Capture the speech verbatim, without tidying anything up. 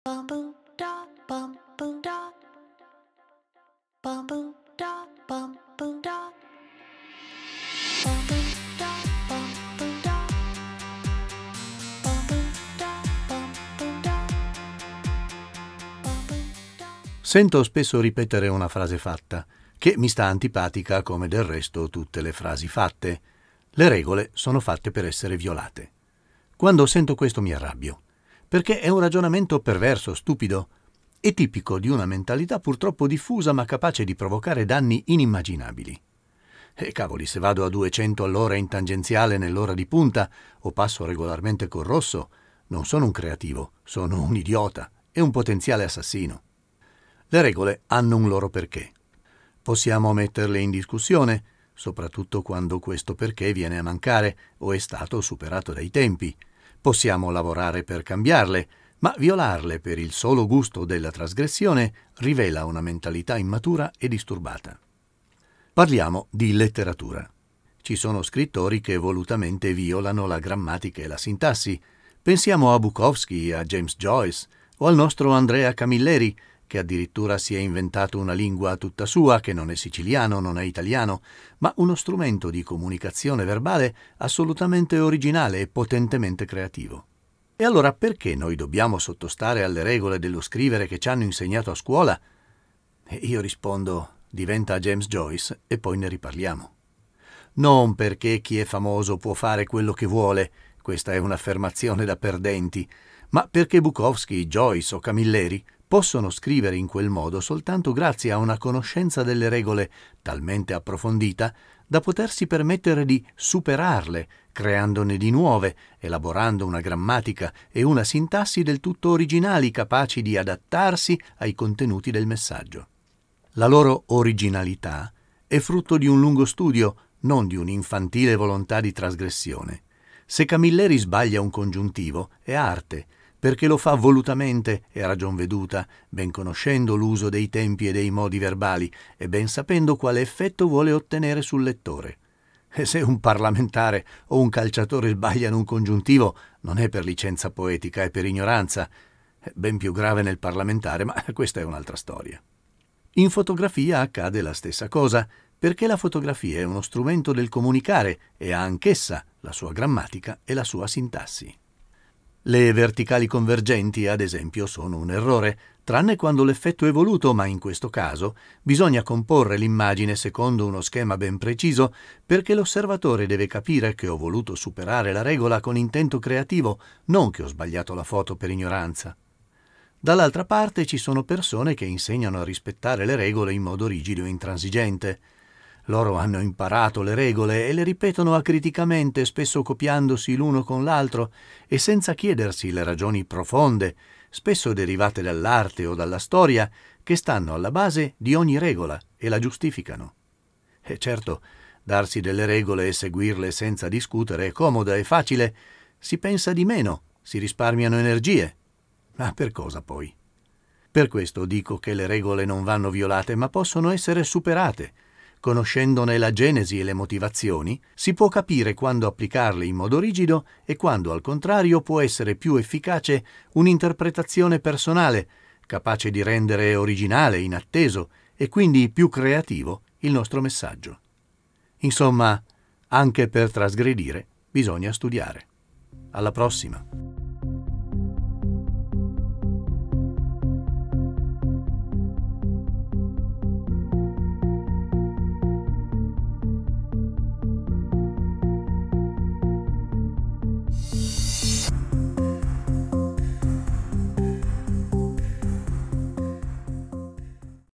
Bum boom da bum boom da bum boom da bum boom da bum boom da bum boom da bum boom da bum boom da bum boom da. Sento spesso ripetere una frase fatta, che mi sta antipatica come del resto tutte le frasi fatte. Le regole sono fatte per essere violate. Quando sento questo mi arrabbio, perché è un ragionamento perverso, stupido e tipico di una mentalità purtroppo diffusa ma capace di provocare danni inimmaginabili. E cavoli, se vado a duecento all'ora in tangenziale nell'ora di punta o passo regolarmente col rosso, non sono un creativo, sono un idiota e un potenziale assassino. Le regole hanno un loro perché. Possiamo metterle in discussione, soprattutto quando questo perché viene a mancare o è stato superato dai tempi. Possiamo lavorare per cambiarle, ma violarle per il solo gusto della trasgressione rivela una mentalità immatura e disturbata. Parliamo di letteratura. Ci sono scrittori che volutamente violano la grammatica e la sintassi. Pensiamo a Bukowski, a James Joyce o al nostro Andrea Camilleri, che addirittura si è inventato una lingua tutta sua, che non è siciliano, non è italiano, ma uno strumento di comunicazione verbale assolutamente originale e potentemente creativo. E allora perché noi dobbiamo sottostare alle regole dello scrivere che ci hanno insegnato a scuola? E io rispondo, diventa James Joyce e poi ne riparliamo. Non perché chi è famoso può fare quello che vuole, questa è un'affermazione da perdenti, ma perché Bukowski, Joyce o Camilleri possono scrivere in quel modo soltanto grazie a una conoscenza delle regole talmente approfondita da potersi permettere di superarle, creandone di nuove, elaborando una grammatica e una sintassi del tutto originali capaci di adattarsi ai contenuti del messaggio. La loro originalità è frutto di un lungo studio, non di un'infantile volontà di trasgressione. Se Camilleri sbaglia un congiuntivo, è arte, perché lo fa volutamente e a ragion veduta, ben conoscendo l'uso dei tempi e dei modi verbali e ben sapendo quale effetto vuole ottenere sul lettore. E se un parlamentare o un calciatore sbagliano un congiuntivo, non è per licenza poetica, è per ignoranza. È ben più grave nel parlamentare, ma questa è un'altra storia. In fotografia accade la stessa cosa, perché la fotografia è uno strumento del comunicare e ha anch'essa la sua grammatica e la sua sintassi. Le verticali convergenti, ad esempio, sono un errore, tranne quando l'effetto è voluto, ma in questo caso bisogna comporre l'immagine secondo uno schema ben preciso perché l'osservatore deve capire che ho voluto superare la regola con intento creativo, non che ho sbagliato la foto per ignoranza. Dall'altra parte ci sono persone che insegnano a rispettare le regole in modo rigido e intransigente. Loro hanno imparato le regole e le ripetono acriticamente, spesso copiandosi l'uno con l'altro e senza chiedersi le ragioni profonde, spesso derivate dall'arte o dalla storia, che stanno alla base di ogni regola e la giustificano. E certo, darsi delle regole e seguirle senza discutere è comoda e facile, si pensa di meno, si risparmiano energie. Ma per cosa poi? Per questo dico che le regole non vanno violate, ma possono essere superate. Conoscendone la genesi e le motivazioni, si può capire quando applicarle in modo rigido e quando, al contrario, può essere più efficace un'interpretazione personale, capace di rendere originale, inatteso e quindi più creativo il nostro messaggio. Insomma, anche per trasgredire bisogna studiare. Alla prossima!